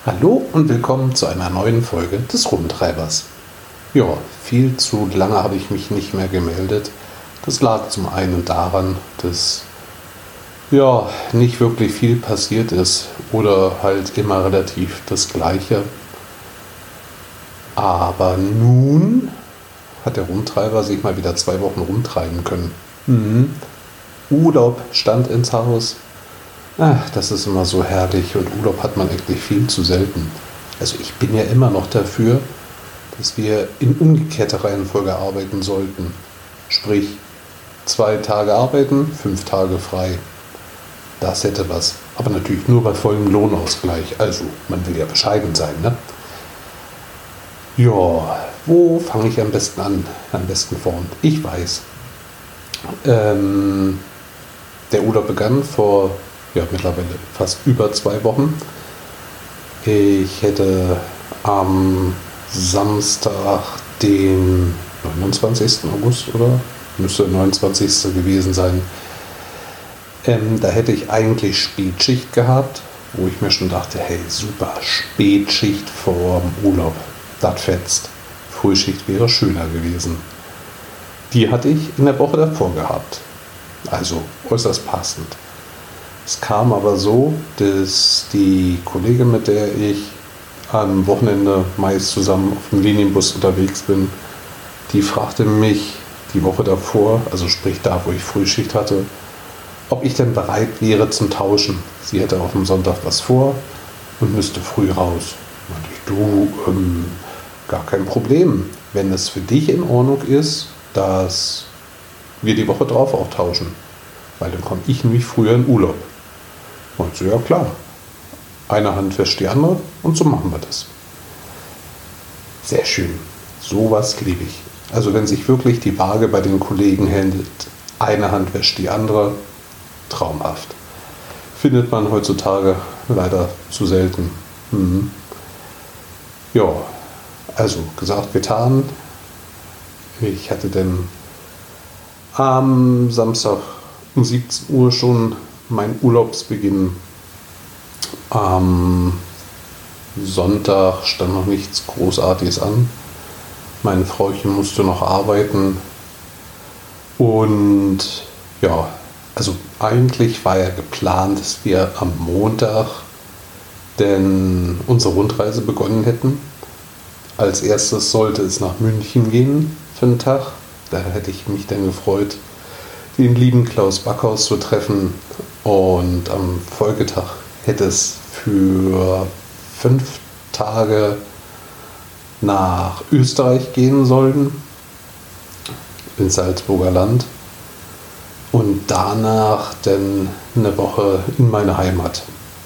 Hallo und willkommen zu einer neuen Folge des Rumtreibers. Ja, viel zu lange habe ich mich nicht mehr gemeldet. Das lag zum einen daran, dass nicht wirklich viel passiert ist oder halt immer relativ das Gleiche. Aber nun hat der Rumtreiber sich mal wieder 2 Wochen rumtreiben können. Urlaub stand ins Haus. Ach, das ist immer so herrlich und Urlaub hat man eigentlich viel zu selten. Also ich bin ja immer noch dafür, dass wir in umgekehrter Reihenfolge arbeiten sollten. Sprich, 2 Tage arbeiten, 5 Tage frei. Das hätte was. Aber natürlich nur bei vollem Lohnausgleich. Also, man will ja bescheiden sein, ne? Ja, wo fange ich am besten an? Am besten vorn. Ich weiß. Der Urlaub begann vor mittlerweile fast über 2 Wochen. Ich hätte am Samstag, den 29. August, oder? Müsste 29. gewesen sein. Da hätte ich eigentlich Spätschicht gehabt, wo ich mir schon dachte, hey, super, Spätschicht vor dem Urlaub. Das fetzt. Frühschicht wäre schöner gewesen. Die hatte ich in der Woche davor gehabt. Also äußerst passend. Es kam aber so, dass die Kollegin, mit der ich am Wochenende meist zusammen auf dem Linienbus unterwegs bin, die fragte mich die Woche davor, also sprich da, wo ich Frühschicht hatte, ob ich denn bereit wäre zum Tauschen. Sie hätte auf dem Sonntag was vor und müsste früh raus. Meinte ich, du, gar kein Problem. Wenn es für dich in Ordnung ist, dass wir die Woche drauf auch tauschen. Weil dann komme ich nämlich früher in Urlaub. Und so, ja klar. Eine Hand wäscht die andere und so machen wir das. Sehr schön. Sowas liebe ich. Also wenn sich wirklich die Waage bei den Kollegen hält, eine Hand wäscht die andere, traumhaft. Findet man heutzutage leider zu selten. Ja, also gesagt, getan. Ich hatte dann am Samstag um 17 Uhr schon mein Urlaubsbeginn. Am Sonntag stand noch nichts Großartiges an. Mein Frauchen musste noch arbeiten. Und ja, also eigentlich war ja geplant, dass wir am Montag denn unsere Rundreise begonnen hätten. Als erstes sollte es nach München gehen für einen Tag. Da hätte ich mich dann gefreut, den lieben Klaus Backhaus zu treffen. Und am Folgetag hätte es für 5 Tage nach Österreich gehen sollen, ins Salzburger Land. Und danach dann eine Woche in meine Heimat.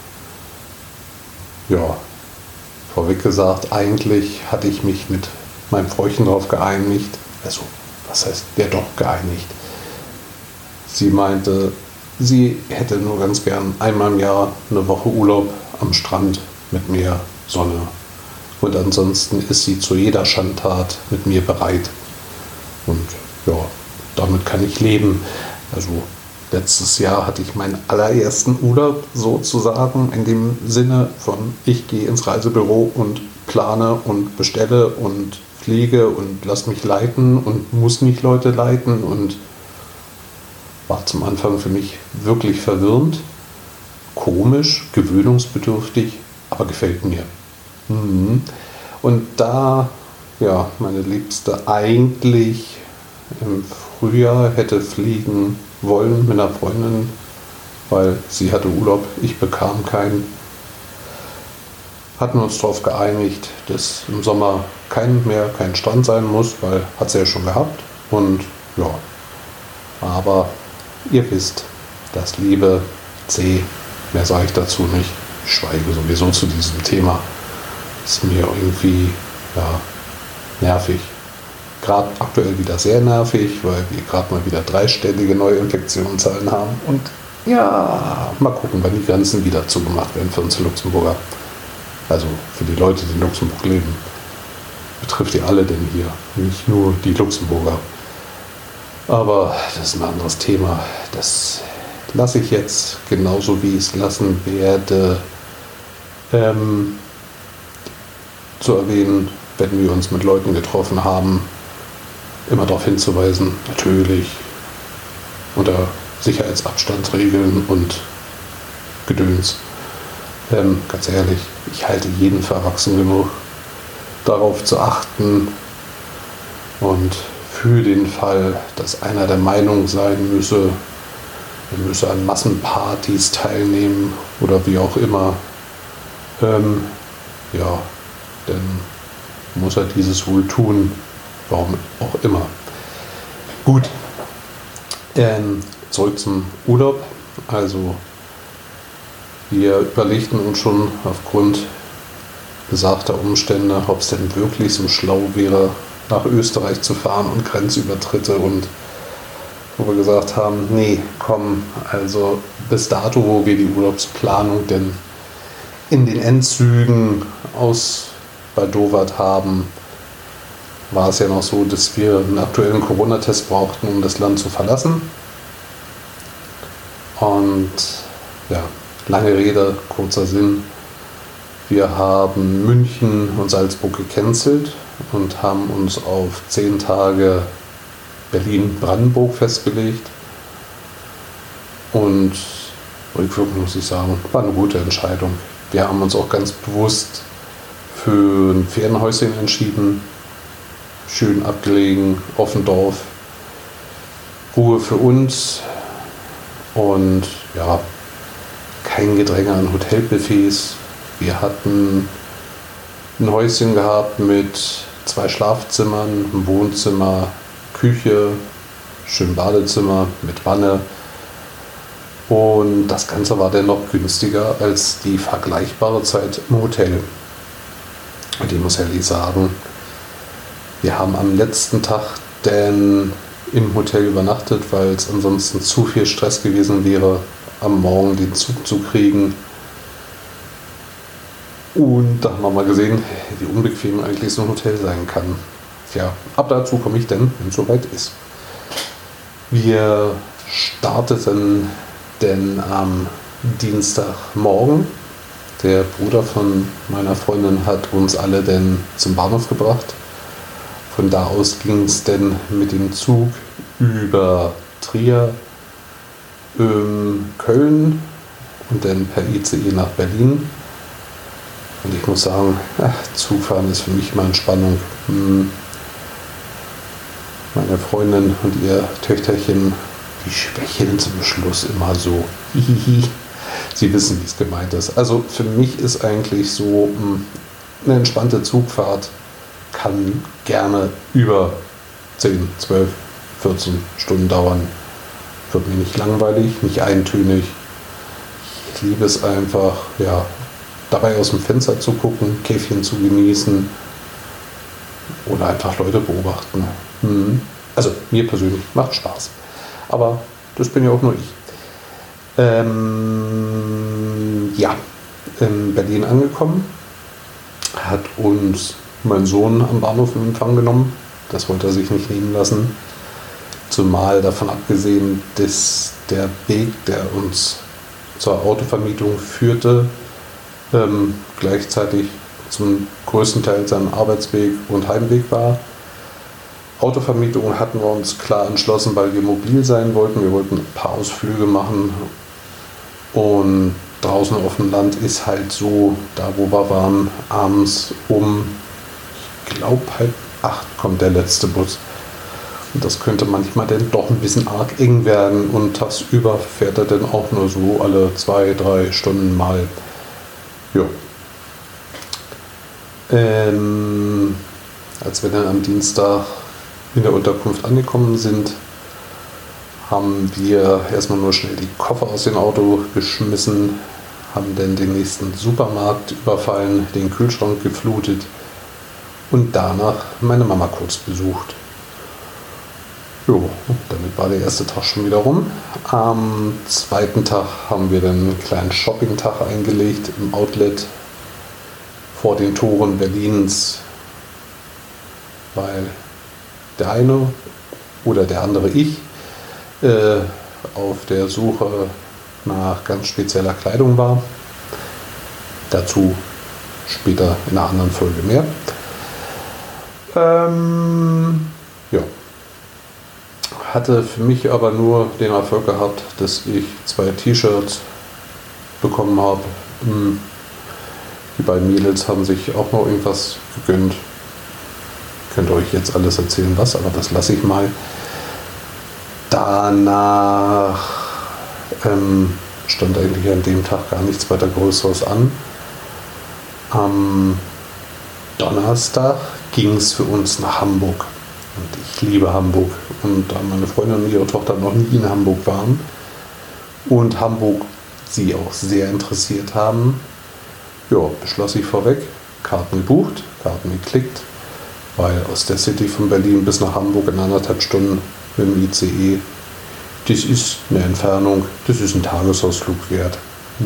Ja, vorweg gesagt, eigentlich hatte ich mich mit meinem Frauchen darauf geeinigt. Also, was heißt der doch geeinigt? Sie meinte, sie hätte nur ganz gern einmal im Jahr eine Woche Urlaub am Strand mit Meer, Sonne. Und ansonsten ist sie zu jeder Schandtat mit mir bereit. Und ja, damit kann ich leben. Also letztes Jahr hatte ich meinen allerersten Urlaub sozusagen in dem Sinne von, ich gehe ins Reisebüro und plane und bestelle und fliege und lass mich leiten und muss nicht Leute leiten und war zum Anfang für mich wirklich verwirrend, komisch, gewöhnungsbedürftig, aber gefällt mir. Und da, ja, meine Liebste eigentlich im Frühjahr hätte fliegen wollen mit einer Freundin, weil sie hatte Urlaub, ich bekam keinen. Hatten uns darauf geeinigt, dass im Sommer kein Strand sein muss, weil hat sie ja schon gehabt. Und ja, aber ihr wisst, das liebe C, mehr sage ich dazu nicht, ich schweige sowieso zu diesem Thema. Ist mir irgendwie nervig. Gerade aktuell wieder sehr nervig, weil wir gerade mal wieder 3-stellige Neuinfektionszahlen haben. Und ja, mal gucken, wann die Grenzen wieder zugemacht werden für uns Luxemburger. Also für die Leute, die in Luxemburg leben. Betrifft ihr alle denn hier, nicht nur die Luxemburger. Aber das ist ein anderes Thema. Das lasse ich jetzt genauso, wie ich es lassen werde. zu erwähnen, wenn wir uns mit Leuten getroffen haben, immer darauf hinzuweisen, natürlich unter Sicherheitsabstandsregeln und Gedöns. Ganz ehrlich, ich halte jeden für erwachsen genug, darauf zu achten, und für den Fall, dass einer der Meinung sein müsse, er müsse an Massenpartys teilnehmen oder wie auch immer, ja, dann muss er dieses wohl tun, warum auch immer. Gut, zurück zum Urlaub. Also wir überlegten uns schon aufgrund besagter Umstände, ob es denn wirklich so schlau wäre, nach Österreich zu fahren und Grenzübertritte, und wo wir gesagt haben, nee, komm, also bis dato, wo wir die Urlaubsplanung denn in den Endzügen ausbaldowert haben, war es ja noch so, dass wir einen aktuellen Corona-Test brauchten, um das Land zu verlassen. Und ja, lange Rede, kurzer Sinn. Wir haben München und Salzburg gecancelt und haben uns auf 10 Tage Berlin-Brandenburg festgelegt. Und rückwirkend muss ich sagen, war eine gute Entscheidung. Wir haben uns auch ganz bewusst für ein Ferienhäuschen entschieden. Schön abgelegen, auf dem Dorf. Ruhe für uns und ja, kein Gedränge an Hotelbuffets. Wir hatten ein Häuschen gehabt mit 2 Schlafzimmern, einem Wohnzimmer, Küche, schön Badezimmer mit Wanne. Und das Ganze war dennoch günstiger als die vergleichbare Zeit im Hotel. Und ich muss ehrlich sagen, wir haben am letzten Tag denn im Hotel übernachtet, weil es ansonsten zu viel Stress gewesen wäre, am Morgen den Zug zu kriegen. Und da haben wir mal gesehen, wie unbequem eigentlich so ein Hotel sein kann. Tja, ab dazu komme ich dann, wenn es soweit ist. Wir starteten denn am Dienstagmorgen. Der Bruder von meiner Freundin hat uns alle denn zum Bahnhof gebracht. Von da aus ging es dann mit dem Zug über Trier, Köln und dann per ICE nach Berlin. Und ich muss sagen, Zugfahren ist für mich immer Entspannung. Meine Freundin und ihr Töchterchen, die schwächeln zum Schluss immer so. Sie wissen, wie es gemeint ist. Also für mich ist eigentlich so eine entspannte Zugfahrt kann gerne über 10, 12, 14 Stunden dauern. Wird mir nicht langweilig, nicht eintönig. Ich liebe es einfach, ja, dabei aus dem Fenster zu gucken, Käffchen zu genießen oder einfach Leute beobachten. Also mir persönlich macht Spaß. Aber das bin ja auch nur ich. Ja, in Berlin angekommen, hat uns mein Sohn am Bahnhof in Empfang genommen. Das wollte er sich nicht nehmen lassen. Zumal davon abgesehen, dass der Weg, der uns zur Autovermietung führte, gleichzeitig zum größten Teil sein Arbeitsweg und Heimweg war. Autovermietung hatten wir uns klar entschlossen, weil wir mobil sein wollten. Wir wollten ein paar Ausflüge machen. Und draußen auf dem Land ist halt so, da wo wir waren, abends um, ich glaube, 7:30 kommt der letzte Bus. Und das könnte manchmal dann doch ein bisschen arg eng werden. Und tagsüber fährt er dann auch nur so alle 2, 3 Stunden mal. Ja. Als wir dann am Dienstag in der Unterkunft angekommen sind, haben wir erstmal nur schnell die Koffer aus dem Auto geschmissen, haben dann den nächsten Supermarkt überfallen, den Kühlschrank geflutet und danach meine Mama kurz besucht. Jo, damit war der erste Tag schon wieder rum. Am zweiten Tag haben wir dann einen kleinen Shopping-Tag eingelegt im Outlet vor den Toren Berlins, weil der eine oder der andere ich auf der Suche nach ganz spezieller Kleidung war. Dazu später in einer anderen Folge mehr. Ja. Hatte für mich aber nur den Erfolg gehabt, dass ich 2 T-Shirts bekommen habe. Die beiden Mädels haben sich auch noch irgendwas gegönnt. Könnt ihr euch jetzt alles erzählen, was, aber das lasse ich mal. Danach stand eigentlich an dem Tag gar nichts weiter Größeres an. Am Donnerstag ging es für uns nach Hamburg. Und ich liebe Hamburg. Und da meine Freundin und ihre Tochter noch nie in Hamburg waren und Hamburg sie auch sehr interessiert haben, ja, beschloss ich vorweg, Karten gebucht, Karten geklickt, weil aus der City von Berlin bis nach Hamburg in 1,5 Stunden mit dem ICE, das ist eine Entfernung, das ist ein Tagesausflug wert.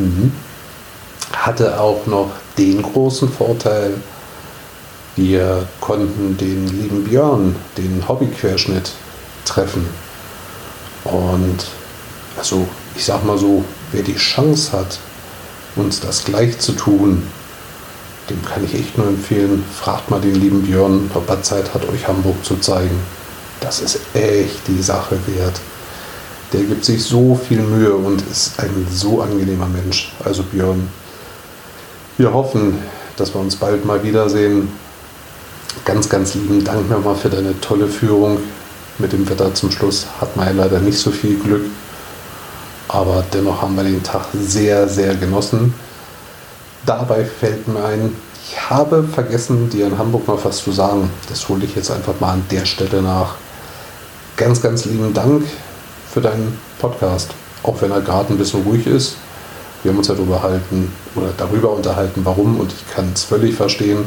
Hatte auch noch den großen Vorteil, wir konnten den lieben Björn, den Hobbyquerschnitt, treffen. Und also, ich sag mal so, wer die Chance hat, uns das gleich zu tun, dem kann ich echt nur empfehlen, fragt mal den lieben Björn, ob er Zeit hat, euch Hamburg zu zeigen. Das ist echt die Sache wert. Der gibt sich so viel Mühe und ist ein so angenehmer Mensch. Also Björn, wir hoffen, dass wir uns bald mal wiedersehen. Ganz, ganz lieben Dank nochmal für deine tolle Führung. Mit dem Wetter zum Schluss hat man ja leider nicht so viel Glück. Aber dennoch haben wir den Tag sehr, sehr genossen. Dabei fällt mir ein, ich habe vergessen, dir in Hamburg noch was zu sagen. Das hole ich jetzt einfach mal an der Stelle nach. Ganz, ganz lieben Dank für deinen Podcast. Auch wenn er gerade ein bisschen ruhig ist. Wir haben uns ja darüber unterhalten, warum, und ich kann es völlig verstehen.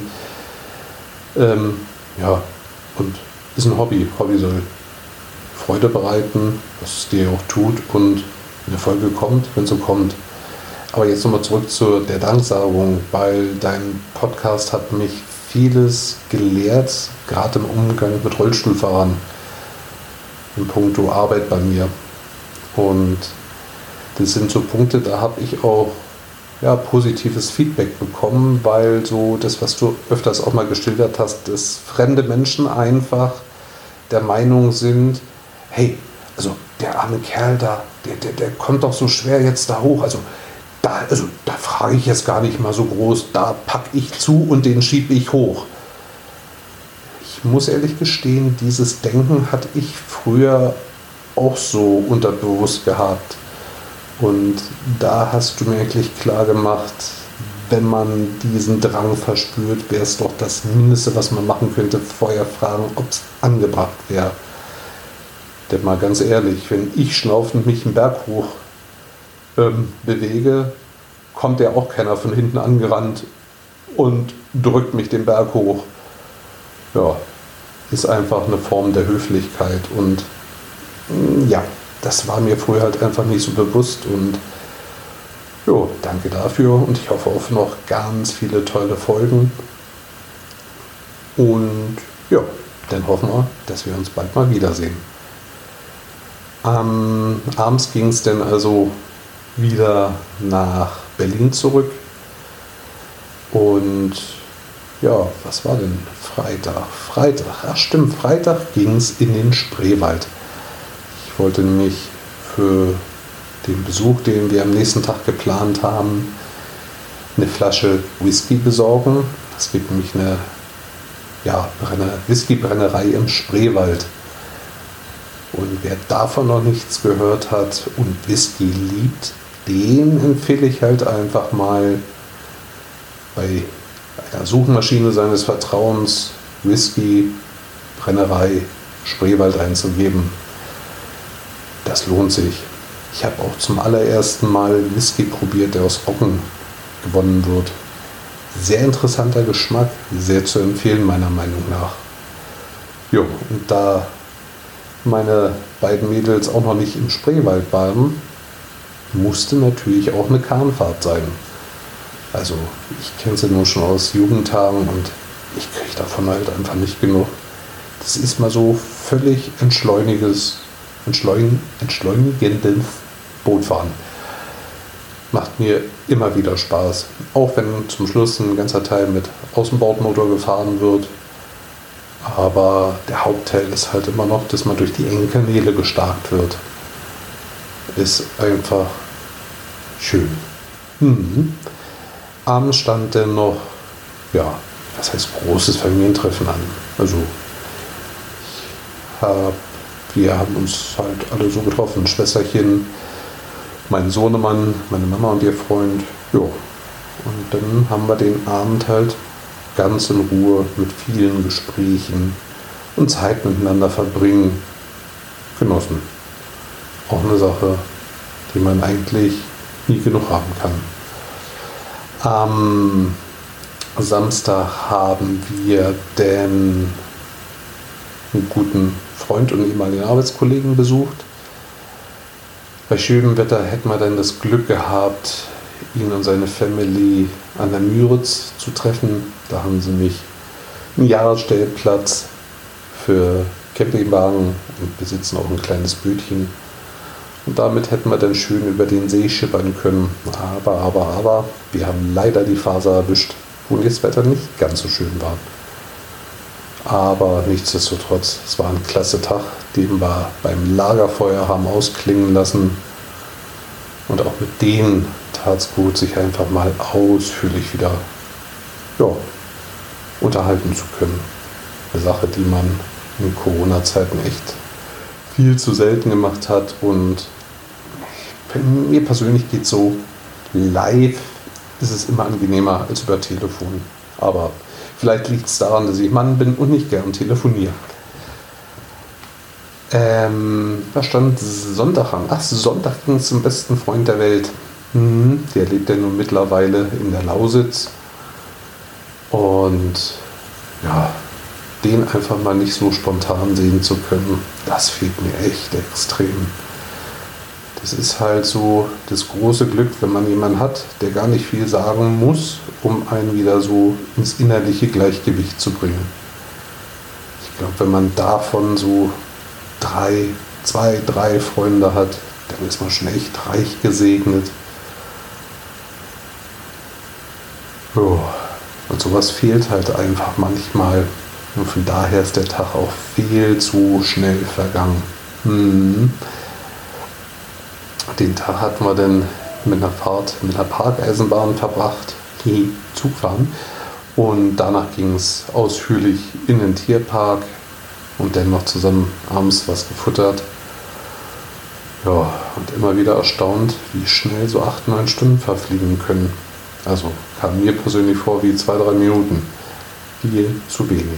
Ja, und ist ein Hobby. Hobby soll Freude bereiten, was es dir auch tut, und eine Folge kommt, wenn sie kommt. Aber jetzt nochmal zurück zu der Danksagung, weil dein Podcast hat mich vieles gelehrt, gerade im Umgang mit Rollstuhlfahrern, in puncto Arbeit bei mir. Und das sind so Punkte, da habe ich auch positives Feedback bekommen, weil so das, was du öfters auch mal geschildert hast, dass fremde Menschen einfach der Meinung sind, hey, also der arme Kerl da, der kommt doch so schwer jetzt da hoch, also da frage ich jetzt gar nicht mal so groß, da packe ich zu und den schiebe ich hoch. Ich muss ehrlich gestehen, dieses Denken hatte ich früher auch so unterbewusst gehabt. Und da hast du mir eigentlich klar gemacht, wenn man diesen Drang verspürt, wäre es doch das Mindeste, was man machen könnte, vorher fragen, ob es angebracht wäre. Denn mal ganz ehrlich, wenn ich schnaufend mich einen Berg hoch bewege, kommt ja auch keiner von hinten angerannt und drückt mich den Berg hoch. Ja, ist einfach eine Form der Höflichkeit, und ja, das war mir früher halt einfach nicht so bewusst, und jo, danke dafür, und ich hoffe auf noch ganz viele tolle Folgen. Und ja, dann hoffen wir, dass wir uns bald mal wiedersehen. Abends ging es dann also wieder nach Berlin zurück, und ja, was war denn Freitag ging es in den Spreewald. Ich wollte nämlich für den Besuch, den wir am nächsten Tag geplant haben, eine Flasche Whisky besorgen. Es gibt nämlich eine Whiskybrennerei im Spreewald. Und wer davon noch nichts gehört hat und Whisky liebt, den empfehle ich halt einfach mal bei einer Suchmaschine seines Vertrauens Whiskybrennerei Spreewald einzugeben. Das lohnt sich. Ich habe auch zum allerersten Mal Whisky probiert, der aus Roggen gewonnen wird. Sehr interessanter Geschmack, sehr zu empfehlen meiner Meinung nach. Jo, und da meine beiden Mädels auch noch nicht im Spreewald waren, musste natürlich auch eine Kahnfahrt sein. Also ich kenne sie nur schon aus Jugendtagen und ich kriege davon halt einfach nicht genug. Das ist mal so völlig entschleunigendes Bootfahren. macht mir immer wieder Spaß. Auch wenn zum Schluss ein ganzer Teil mit Außenbordmotor gefahren wird. Aber der Hauptteil ist halt immer noch, dass man durch die engen Kanäle gestarkt wird. Ist einfach schön. Abends stand dann noch, ja, was heißt großes Familientreffen an. Also wir haben uns halt alle so getroffen, Schwesterchen, mein Sohnemann, meine Mama und ihr Freund. Ja. Und dann haben wir den Abend halt ganz in Ruhe mit vielen Gesprächen und Zeit miteinander verbringen genossen. Auch eine Sache, die man eigentlich nie genug haben kann. Am Samstag haben wir den einen guten Freund und ehemaligen Arbeitskollegen besucht. Bei schönem Wetter hätten wir dann das Glück gehabt, ihn und seine Family an der Müritz zu treffen. Da haben sie mich einen Jahresstellplatz für Campingwagen und besitzen auch ein kleines Bötchen. Und damit hätten wir dann schön über den See schippern können. Aber, wir haben leider die Phase erwischt, wo das Wetter nicht ganz so schön war. Aber nichtsdestotrotz, es war ein klasse Tag, den wir beim Lagerfeuer haben ausklingen lassen. Und auch mit denen tat es gut, sich einfach mal ausführlich wieder unterhalten zu können. Eine Sache, die man in Corona-Zeiten echt viel zu selten gemacht hat. Und mir persönlich geht es so, live ist es immer angenehmer als über Telefon. Aber vielleicht liegt es daran, dass ich Mann bin und nicht gern telefoniere. Da stand Sonntag an. Ach, Sonntag ging es zum besten Freund der Welt. Der lebt ja nun mittlerweile in der Lausitz. Und ja, den einfach mal nicht so spontan sehen zu können, das fehlt mir echt extrem. Das ist halt so das große Glück, wenn man jemanden hat, der gar nicht viel sagen muss, um einen wieder so ins innerliche Gleichgewicht zu bringen. Ich glaube, wenn man davon so 2, 3 Freunde hat, dann ist man schon echt reich gesegnet. Jo. Und sowas fehlt halt einfach manchmal. Und von daher ist der Tag auch viel zu schnell vergangen. Den Tag hatten wir dann mit einer Fahrt mit einer Parkeisenbahn verbracht, die Zugfahren. Und danach ging es ausführlich in den Tierpark und dann noch zusammen abends was gefuttert. Ja, und immer wieder erstaunt, wie schnell so 8, 9 Stunden verfliegen können. Also kam mir persönlich vor wie 2, 3 Minuten. Viel zu wenig.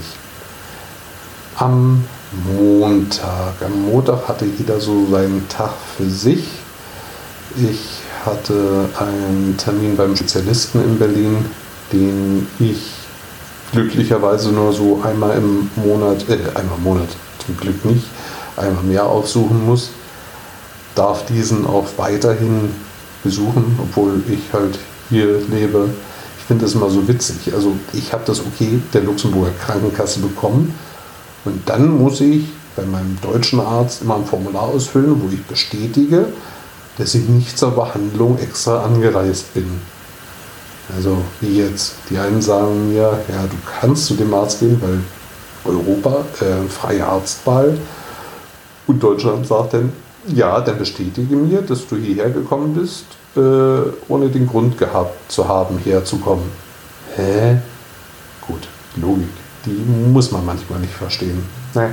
Am Montag hatte jeder so seinen Tag für sich. Ich hatte einen Termin beim Spezialisten in Berlin, den ich glücklicherweise nur so einmal im Monat, zum Glück nicht, einmal im Jahr aufsuchen muss. Darf diesen auch weiterhin besuchen, obwohl ich halt hier lebe. Ich finde das immer so witzig. Also ich habe das okay der Luxemburger Krankenkasse bekommen und dann muss ich bei meinem deutschen Arzt immer ein Formular ausfüllen, wo ich bestätige, dass ich nicht zur Behandlung extra angereist bin. Also wie jetzt, die einen sagen mir, ja, du kannst zu dem Arzt gehen, weil Europa, freie Arztwahl. Und Deutschland sagt dann, ja, dann bestätige mir, dass du hierher gekommen bist, ohne den Grund gehabt zu haben, herzukommen. Hä? Gut, Logik, die muss man manchmal nicht verstehen. Nee.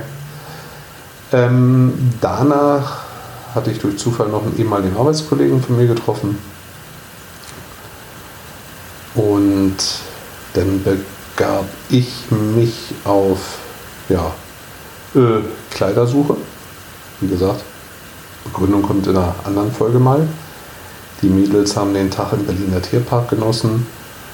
Danach hatte ich durch Zufall noch einen ehemaligen Arbeitskollegen von mir getroffen. Und dann begab ich mich auf Kleidersuche. Wie gesagt, Begründung kommt in einer anderen Folge mal. Die Mädels haben den Tag im Berliner Tierpark genossen.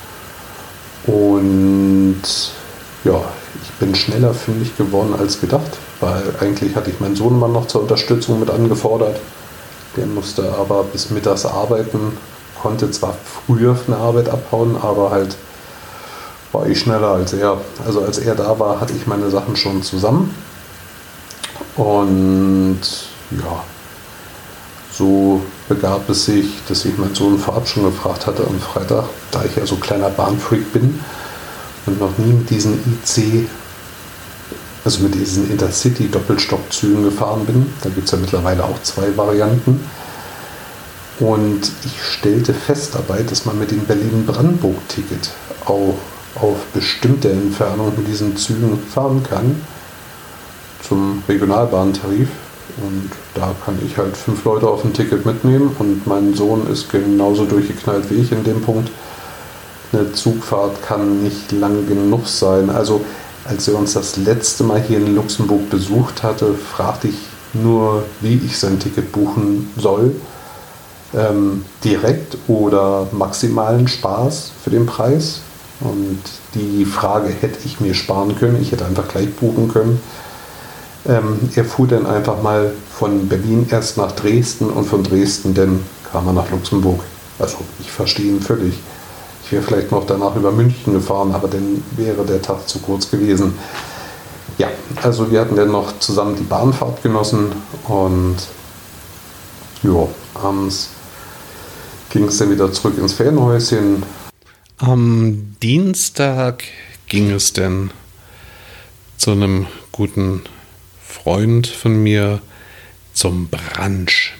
Und ja, ich bin schneller fündig geworden als gedacht, weil eigentlich hatte ich meinen Sohnemann noch zur Unterstützung mit angefordert. Der musste aber bis mittags arbeiten, konnte zwar früher von der Arbeit abhauen, aber halt war ich schneller als er. Also als er da war, hatte ich meine Sachen schon zusammen. Und ja, so begab es sich, dass ich meinen Sohn vorab schon gefragt hatte am Freitag, da ich ja so kleiner Bahnfreak bin und noch nie mit diesen IC, also mit diesen Intercity-Doppelstockzügen gefahren bin. Da gibt es ja mittlerweile auch 2 Varianten. Und ich stellte fest dabei, dass man mit dem Berlin-Brandenburg-Ticket auch auf bestimmte Entfernungen mit diesen Zügen fahren kann zum Regionalbahntarif. Und da kann ich halt 5 Leute auf ein Ticket mitnehmen und mein Sohn ist genauso durchgeknallt wie ich in dem Punkt. Eine Zugfahrt kann nicht lang genug sein. Also als er uns das letzte Mal hier in Luxemburg besucht hatte, fragte ich nur, wie ich sein Ticket buchen soll. Direkt oder maximalen Spaß für den Preis. Und die Frage hätte ich mir sparen können. Ich hätte einfach gleich buchen können. Er fuhr dann einfach mal von Berlin erst nach Dresden und von Dresden dann kam er nach Luxemburg. Also ich verstehe ihn völlig. Ich wäre vielleicht noch danach über München gefahren, aber dann wäre der Tag zu kurz gewesen. Ja, also wir hatten dann noch zusammen die Bahnfahrt genossen und ja, abends ging es dann wieder zurück ins Ferienhäuschen. Am Dienstag ging es dann zu einem guten Freund von mir zum Brunch.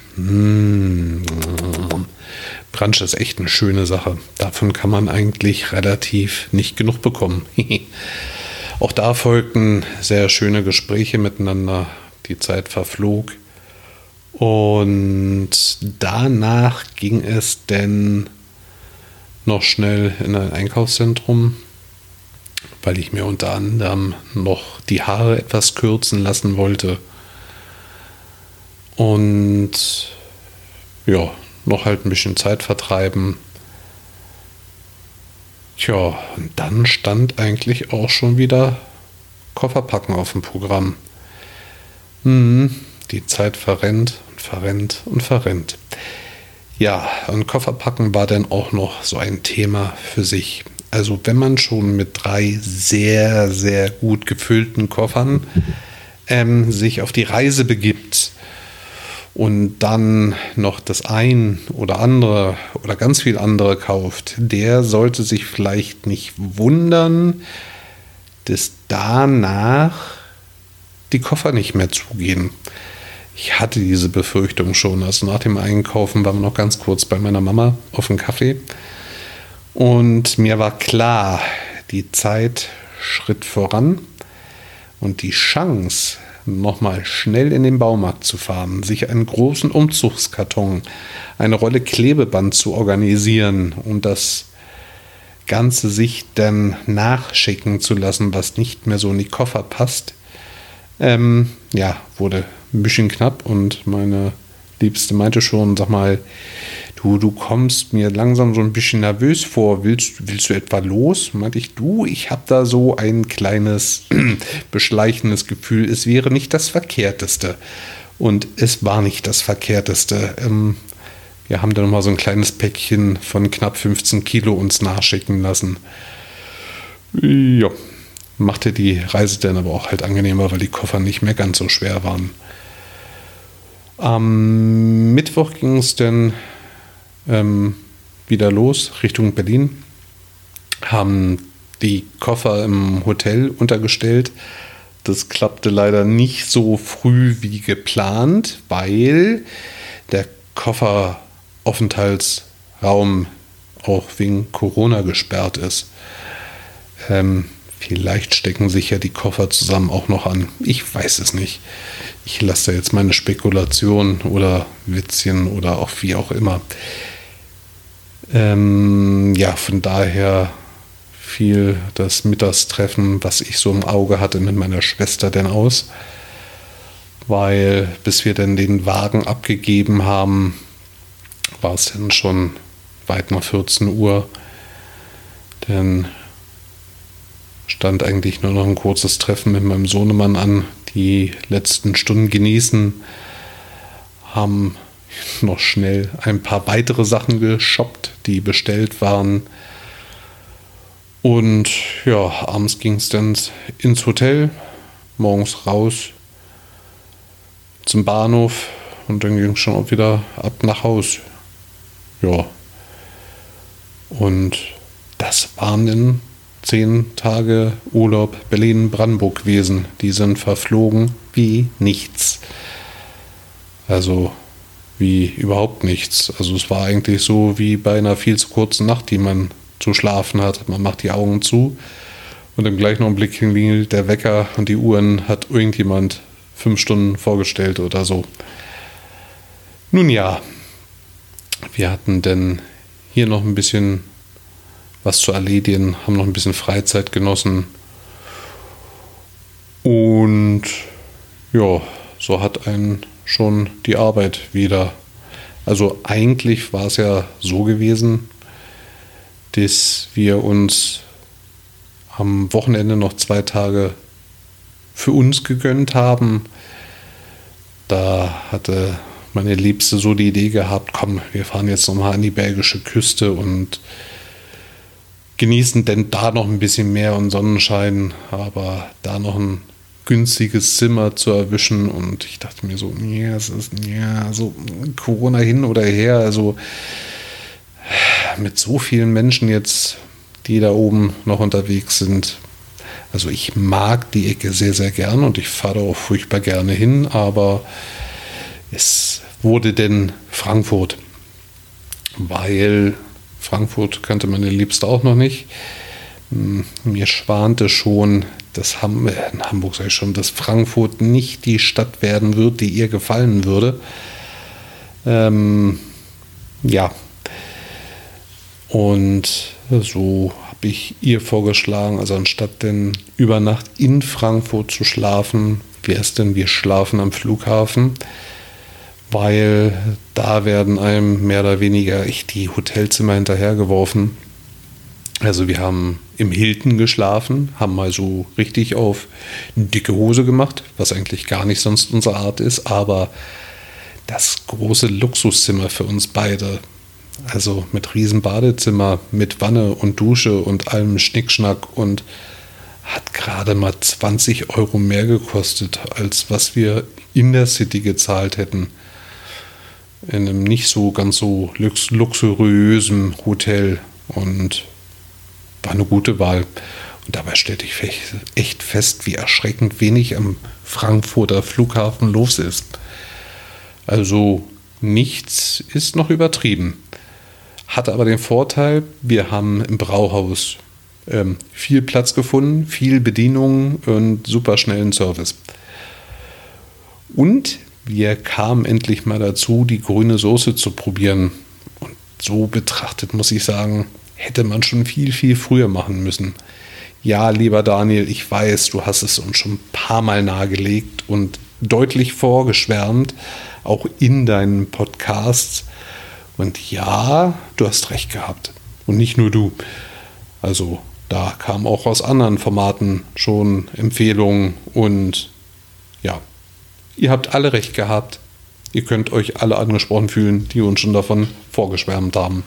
Brunch ist echt eine schöne Sache. Davon kann man eigentlich relativ nicht genug bekommen. Auch da folgten sehr schöne Gespräche miteinander. Die Zeit verflog. Und danach ging es dann noch schnell in ein Einkaufszentrum, weil ich mir unter anderem noch die Haare etwas kürzen lassen wollte. Und ja, noch halt ein bisschen Zeit vertreiben. Tja, und dann stand eigentlich auch schon wieder Kofferpacken auf dem Programm. Die Zeit verrennt und verrennt und verrennt. Ja, und Kofferpacken war dann auch noch so ein Thema für sich. Also wenn man schon mit 3 sehr, sehr gut gefüllten Koffern sich auf die Reise begibt und dann noch das ein oder andere oder ganz viel andere kauft, der sollte sich vielleicht nicht wundern, dass danach die Koffer nicht mehr zugehen. Ich hatte diese Befürchtung schon. Also nach dem Einkaufen waren wir noch ganz kurz bei meiner Mama auf einen Kaffee. Und mir war klar, die Zeit schritt voran und die Chance, nochmal schnell in den Baumarkt zu fahren, sich einen großen Umzugskarton, eine Rolle Klebeband zu organisieren und das Ganze sich dann nachschicken zu lassen, was nicht mehr so in die Koffer passt, wurde ein bisschen knapp und meine Liebste meinte schon, sag mal, du kommst mir langsam so ein bisschen nervös vor, willst du etwa los? Meinte ich, ich habe da so ein kleines beschleichendes Gefühl, es wäre nicht das Verkehrteste. Und es war nicht das Verkehrteste. Wir haben dann mal so ein kleines Päckchen von knapp 15 Kilo uns nachschicken lassen. Ja, machte die Reise dann aber auch halt angenehmer, weil die Koffer nicht mehr ganz so schwer waren. Am Mittwoch ging es dann wieder los Richtung Berlin, haben die Koffer im Hotel untergestellt. Das klappte leider nicht so früh wie geplant, weil der Kofferaufenthaltsraum auch wegen Corona gesperrt ist. Vielleicht stecken sich ja die Koffer zusammen auch noch an. Ich weiß es nicht. Ich lasse da jetzt meine Spekulation oder Witzchen oder auch wie auch immer. Von daher fiel das Mittagstreffen, was ich so im Auge hatte, mit meiner Schwester denn aus. Weil bis wir dann den Wagen abgegeben haben, war es dann schon weit nach 14 Uhr. Dann stand eigentlich nur noch ein kurzes Treffen mit meinem Sohnemann an. Die letzten Stunden genießen, haben noch schnell ein paar weitere Sachen geshoppt, die bestellt waren. Und ja, abends ging es dann ins Hotel, morgens raus zum Bahnhof und dann ging es schon auch wieder ab nach Haus. Ja. Und das waren dann 10 Tage Urlaub Berlin-Brandenburg gewesen. Die sind verflogen wie nichts. Also wie überhaupt nichts. Also es war eigentlich so wie bei einer viel zu kurzen Nacht, die man zu schlafen hat. Man macht die Augen zu und im gleichen Augenblick klingelt der Wecker und die Uhren hat irgendjemand 5 Stunden vorgestellt oder so. Nun ja, wir hatten denn hier noch ein bisschen was zu erledigen, haben noch ein bisschen Freizeit genossen und ja, so hat einen schon die Arbeit wieder. Also eigentlich war es ja so gewesen, dass wir uns am Wochenende noch 2 Tage für uns gegönnt haben. Da hatte meine Liebste so die Idee gehabt, komm, wir fahren jetzt nochmal an die belgische Küste und genießen denn da noch ein bisschen mehr und Sonnenschein, aber da noch ein günstiges Zimmer zu erwischen. Und ich dachte mir so, ja, es ist ja so Corona hin oder her, also mit so vielen Menschen jetzt, die da oben noch unterwegs sind. Also ich mag die Ecke sehr, sehr gern und ich fahre auch furchtbar gerne hin, aber es wurde denn Frankfurt, weil Frankfurt kannte meine Liebste auch noch nicht. Mir schwante schon, dass in Hamburg sage ich schon, dass Frankfurt nicht die Stadt werden wird, die ihr gefallen würde. Ja. Und so habe ich ihr vorgeschlagen, also anstatt denn über Nacht in Frankfurt zu schlafen, wäre es denn, wir schlafen am Flughafen, weil da werden einem mehr oder weniger die Hotelzimmer hinterhergeworfen. Also wir haben im Hilton geschlafen, haben mal so richtig auf dicke Hose gemacht, was eigentlich gar nicht sonst unsere Art ist, aber das große Luxuszimmer für uns beide, also mit riesen Badezimmer, mit Wanne und Dusche und allem Schnickschnack und hat gerade mal 20 Euro mehr gekostet, als was wir in der City gezahlt hätten. In einem nicht so ganz so luxuriösen Hotel und war eine gute Wahl. Und dabei stellte ich echt fest, wie erschreckend wenig am Frankfurter Flughafen los ist. Also nichts ist noch übertrieben. Hatte aber den Vorteil, wir haben im Brauhaus viel Platz gefunden, viel Bedienung und super schnellen Service. Und wir kamen endlich mal dazu, die grüne Soße zu probieren. Und so betrachtet muss ich sagen, hätte man schon viel, viel früher machen müssen. Ja, lieber Daniel, ich weiß, du hast es uns schon ein paar Mal nahegelegt und deutlich vorgeschwärmt, auch in deinen Podcasts. Und ja, du hast recht gehabt. Und nicht nur du. Also da kamen auch aus anderen Formaten schon Empfehlungen und ja, ihr habt alle recht gehabt. Ihr könnt euch alle angesprochen fühlen, die uns schon davon vorgeschwärmt haben.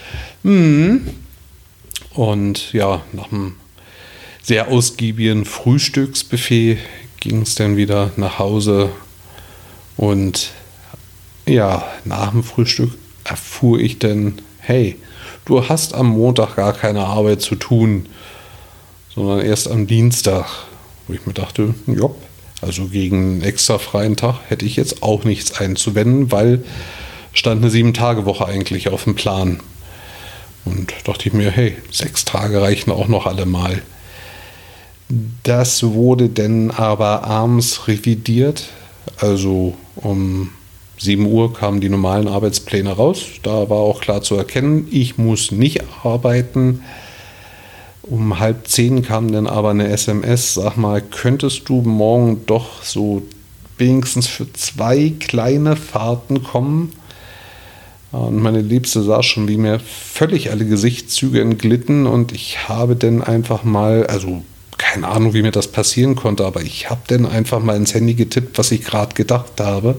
Und ja, nach einem sehr ausgiebigen Frühstücksbuffet ging es dann wieder nach Hause. Und ja, nach dem Frühstück erfuhr ich dann, hey, du hast am Montag gar keine Arbeit zu tun, sondern erst am Dienstag. Wo ich mir dachte, jopp. Also gegen einen extra freien Tag hätte ich jetzt auch nichts einzuwenden, weil stand eine 7-Tage-Woche eigentlich auf dem Plan. Und dachte ich mir, hey, 6 Tage reichen auch noch allemal. Das wurde dann aber abends revidiert. Also um 7 Uhr kamen die normalen Arbeitspläne raus. Da war auch klar zu erkennen, ich muss nicht arbeiten. Um 9:30 kam dann aber eine SMS, sag mal, könntest du morgen doch so wenigstens für 2 kleine Fahrten kommen? Und meine Liebste sah schon, wie mir völlig alle Gesichtszüge entglitten und ich habe dann einfach mal, also keine Ahnung, wie mir das passieren konnte, aber ich habe dann einfach mal ins Handy getippt, was ich gerade gedacht habe.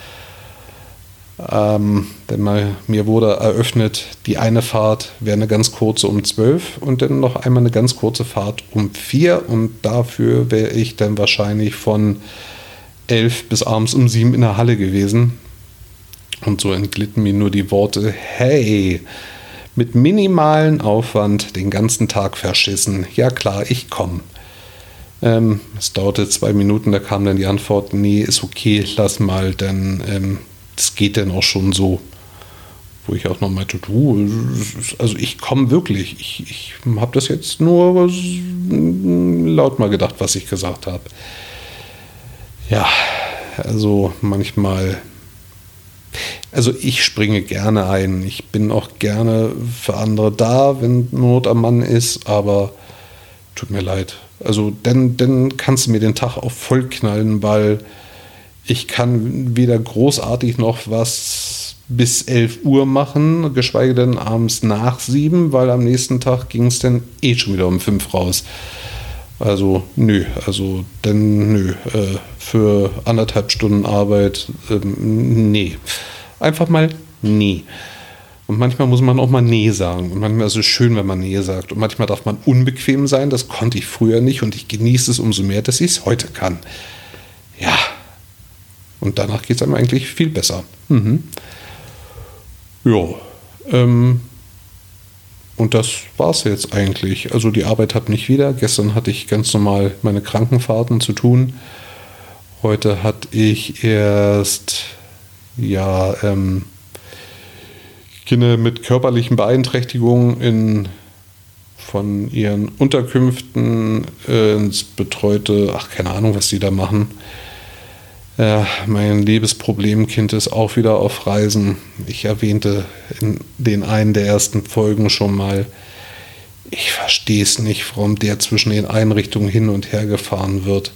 Denn mir wurde eröffnet, die eine Fahrt wäre eine ganz kurze um 12 und dann noch einmal eine ganz kurze Fahrt um 4 und dafür wäre ich dann wahrscheinlich von 11 bis abends um 7 in der Halle gewesen. Und so entglitten mir nur die Worte, hey, mit minimalen Aufwand den ganzen Tag verschissen. Ja klar, ich komme. Es dauerte 2 Minuten, da kam dann die Antwort, nee, ist okay, lass mal, denn das geht dann auch schon so. Wo ich auch noch meinte, du, also ich komme wirklich. Ich habe das jetzt nur laut mal gedacht, was ich gesagt habe. Ja, also manchmal, also ich springe gerne ein. Ich bin auch gerne für andere da, wenn Not am Mann ist, aber tut mir leid. Also dann kannst du mir den Tag auch voll knallen, weil ich kann weder großartig noch was bis 11 Uhr machen, geschweige denn abends nach 7, weil am nächsten Tag ging es dann schon wieder um 5 raus. Also nö, für 1,5 Stunden Arbeit, nee. Einfach mal nee. Und manchmal muss man auch mal nee sagen. Und manchmal ist es schön, wenn man nee sagt. Und manchmal darf man unbequem sein, das konnte ich früher nicht und ich genieße es umso mehr, dass ich es heute kann. Ja. Und danach geht es einem eigentlich viel besser. Ja, und das war es jetzt eigentlich. Also die Arbeit hat mich wieder. Gestern hatte ich ganz normal meine Krankenfahrten zu tun. Heute hatte ich erst Kinder mit körperlichen Beeinträchtigungen von ihren Unterkünften ins betreute, keine Ahnung, was die da machen. Mein liebes Problemkind ist auch wieder auf Reisen. Ich erwähnte in den einen der ersten Folgen schon mal, ich verstehe es nicht, warum der zwischen den Einrichtungen hin und her gefahren wird.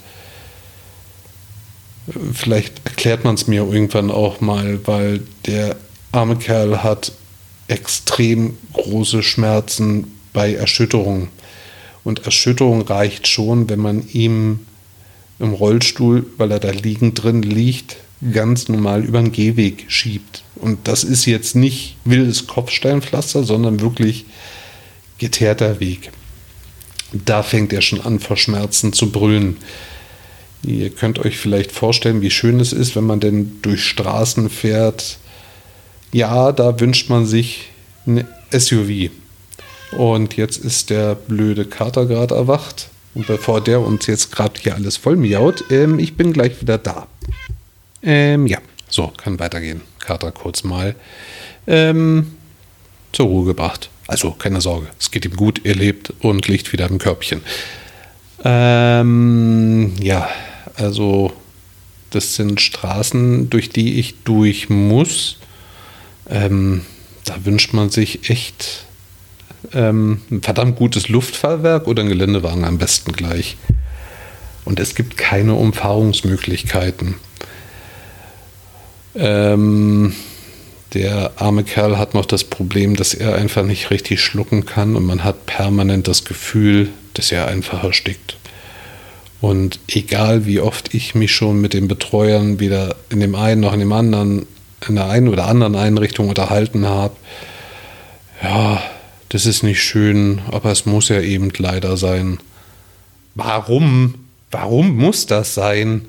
Vielleicht erklärt man es mir irgendwann auch mal, weil der arme Kerl hat extrem große Schmerzen bei Erschütterung. Und Erschütterung reicht schon, wenn man ihm im Rollstuhl, weil er da liegend drin liegt, ganz normal über den Gehweg schiebt. Und das ist jetzt nicht wildes Kopfsteinpflaster, sondern wirklich geteerter Weg. Da fängt er schon an, vor Schmerzen zu brüllen. Ihr könnt euch vielleicht vorstellen, wie schön es ist, wenn man denn durch Straßen fährt. Ja, da wünscht man sich ein SUV. Und jetzt ist der blöde Kater gerade erwacht. Und bevor der uns jetzt gerade hier alles voll miaut, ich bin gleich wieder da. Ja, so, kann weitergehen. Kater kurz mal zur Ruhe gebracht. Also, keine Sorge, es geht ihm gut, er lebt und liegt wieder im Körbchen. Ja, also, das sind Straßen, durch die ich durch muss. Da wünscht man sich echt ein verdammt gutes Luftfahrwerk oder ein Geländewagen am besten gleich. Und es gibt keine Umfahrungsmöglichkeiten. Der arme Kerl hat noch das Problem, dass er einfach nicht richtig schlucken kann und man hat permanent das Gefühl, dass er einfach erstickt. Und egal wie oft ich mich schon mit den Betreuern weder in dem einen noch in dem anderen, in der einen oder anderen Einrichtung unterhalten habe, ja, das ist nicht schön, aber es muss ja eben leider sein. Warum? Warum muss das sein?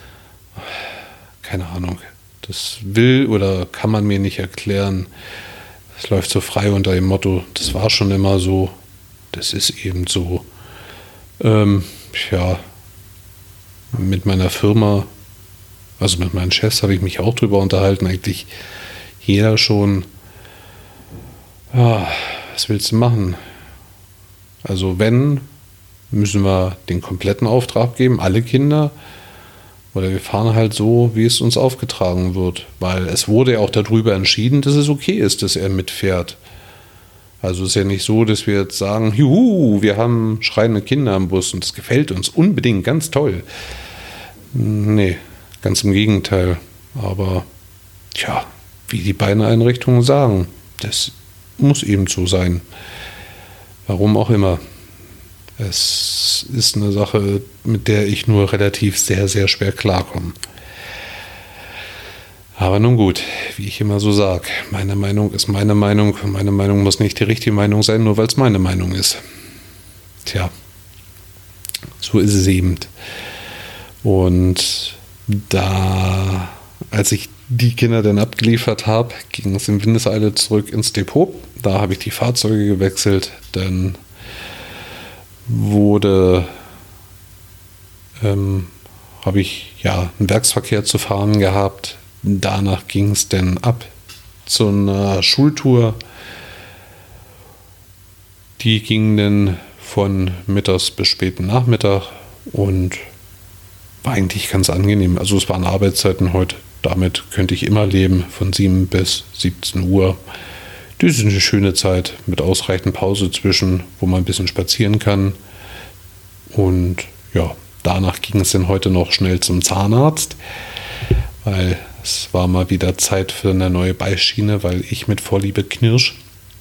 Keine Ahnung. Das will oder kann man mir nicht erklären. Es läuft so frei unter dem Motto, das war schon immer so, das ist eben so. Mit meiner Firma, also mit meinen Chefs habe ich mich auch drüber unterhalten, eigentlich jeder schon. Ja, was willst du machen? Also müssen wir den kompletten Auftrag geben, alle Kinder, oder wir fahren halt so, wie es uns aufgetragen wird, weil es wurde ja auch darüber entschieden, dass es okay ist, dass er mitfährt. Also ist ja nicht so, dass wir jetzt sagen, juhu, wir haben schreiende Kinder am Bus und das gefällt uns unbedingt, ganz toll. Nee, ganz im Gegenteil. Aber tja, wie die beiden Einrichtungen sagen, das muss eben so sein. Warum auch immer. Es ist eine Sache, mit der ich nur relativ sehr, sehr schwer klarkomme. Aber nun gut, wie ich immer so sage, meine Meinung ist meine Meinung. Meine Meinung muss nicht die richtige Meinung sein, nur weil es meine Meinung ist. Tja, so ist es eben. Und als ich die Kinder dann abgeliefert habe, ging es in Windeseile zurück ins Depot. Da habe ich die Fahrzeuge gewechselt. Dann habe ich einen Werksverkehr zu fahren gehabt. Danach ging es dann ab zu einer Schultour. Die ging dann von mittags bis späten Nachmittag und war eigentlich ganz angenehm. Also es waren Arbeitszeiten heute. Damit könnte ich immer leben, von 7 bis 17 Uhr. Das ist eine schöne Zeit mit ausreichend Pause zwischen, wo man ein bisschen spazieren kann. Und ja, danach ging es dann heute noch schnell zum Zahnarzt, weil es war mal wieder Zeit für eine neue Beißschiene, weil ich mit Vorliebe knirsch.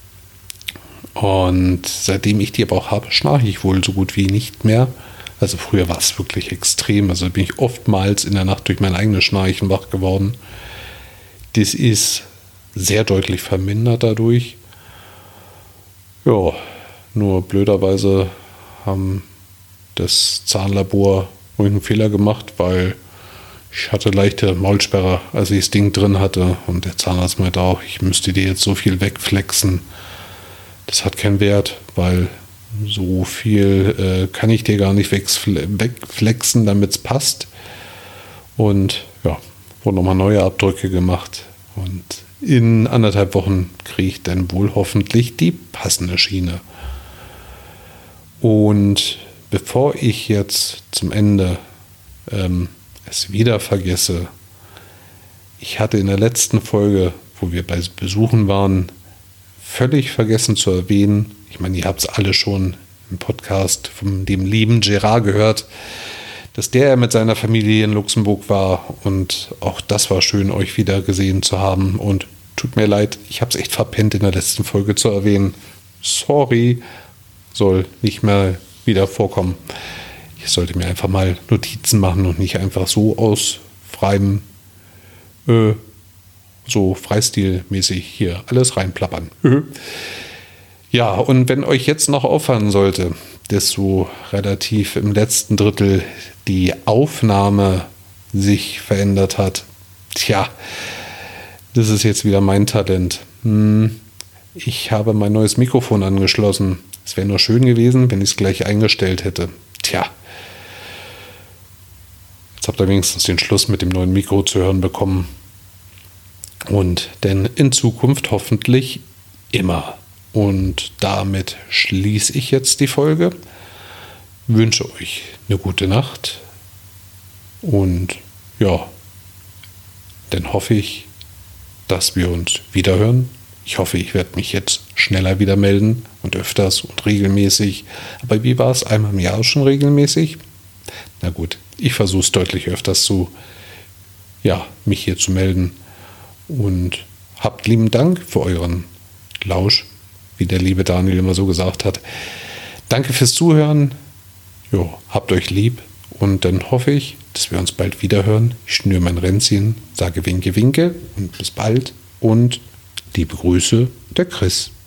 Und seitdem ich die aber auch habe, schnarche ich wohl so gut wie nicht mehr. Also früher war es wirklich extrem. Also bin ich oftmals in der Nacht durch mein eigenes Schnarchen wach geworden. Das ist sehr deutlich vermindert dadurch. Ja, nur blöderweise haben das Zahnlabor einen Fehler gemacht, weil ich hatte leichte Maulsperre, als ich das Ding drin hatte. Und der Zahnarzt meinte auch, ich müsste dir jetzt so viel wegflexen. Das hat keinen Wert, weil so viel kann ich dir gar nicht wegflexen, damit es passt. Und ja, wurden nochmal neue Abdrücke gemacht. Und in 1,5 Wochen kriege ich dann wohl hoffentlich die passende Schiene. Und bevor ich jetzt zum Ende es wieder vergesse, ich hatte in der letzten Folge, wo wir bei Besuchen waren, völlig vergessen zu erwähnen, ich meine, ihr habt es alle schon im Podcast von dem lieben Gerard gehört, dass der mit seiner Familie in Luxemburg war und auch das war schön, euch wieder gesehen zu haben und tut mir leid, ich habe es echt verpennt in der letzten Folge zu erwähnen. Sorry, soll nicht mehr wieder vorkommen. Ich sollte mir einfach mal Notizen machen und nicht einfach so aus freiem, so freistilmäßig hier alles reinplappern. Ja, und wenn euch jetzt noch auffallen sollte, dass so relativ im letzten Drittel die Aufnahme sich verändert hat, tja, das ist jetzt wieder mein Talent. Ich habe mein neues Mikrofon angeschlossen. Es wäre nur schön gewesen, wenn ich es gleich eingestellt hätte. Tja, jetzt habt ihr wenigstens den Schluss mit dem neuen Mikro zu hören bekommen. Und denn in Zukunft hoffentlich immer. Und damit schließe ich jetzt die Folge. Wünsche euch eine gute Nacht. Und ja, dann hoffe ich, dass wir uns wiederhören. Ich hoffe, ich werde mich jetzt schneller wieder melden und öfters und regelmäßig. Aber wie war es? Einmal im Jahr schon regelmäßig? Na gut, ich versuche es deutlich öfters mich hier zu melden. Und habt lieben Dank für euren Lausch, wie der liebe Daniel immer so gesagt hat. Danke fürs Zuhören. Jo, habt euch lieb und dann hoffe ich, dass wir uns bald wieder hören. Ich schnüre mein Ränzchen, sage Winke, Winke und bis bald und liebe Grüße, der Chris.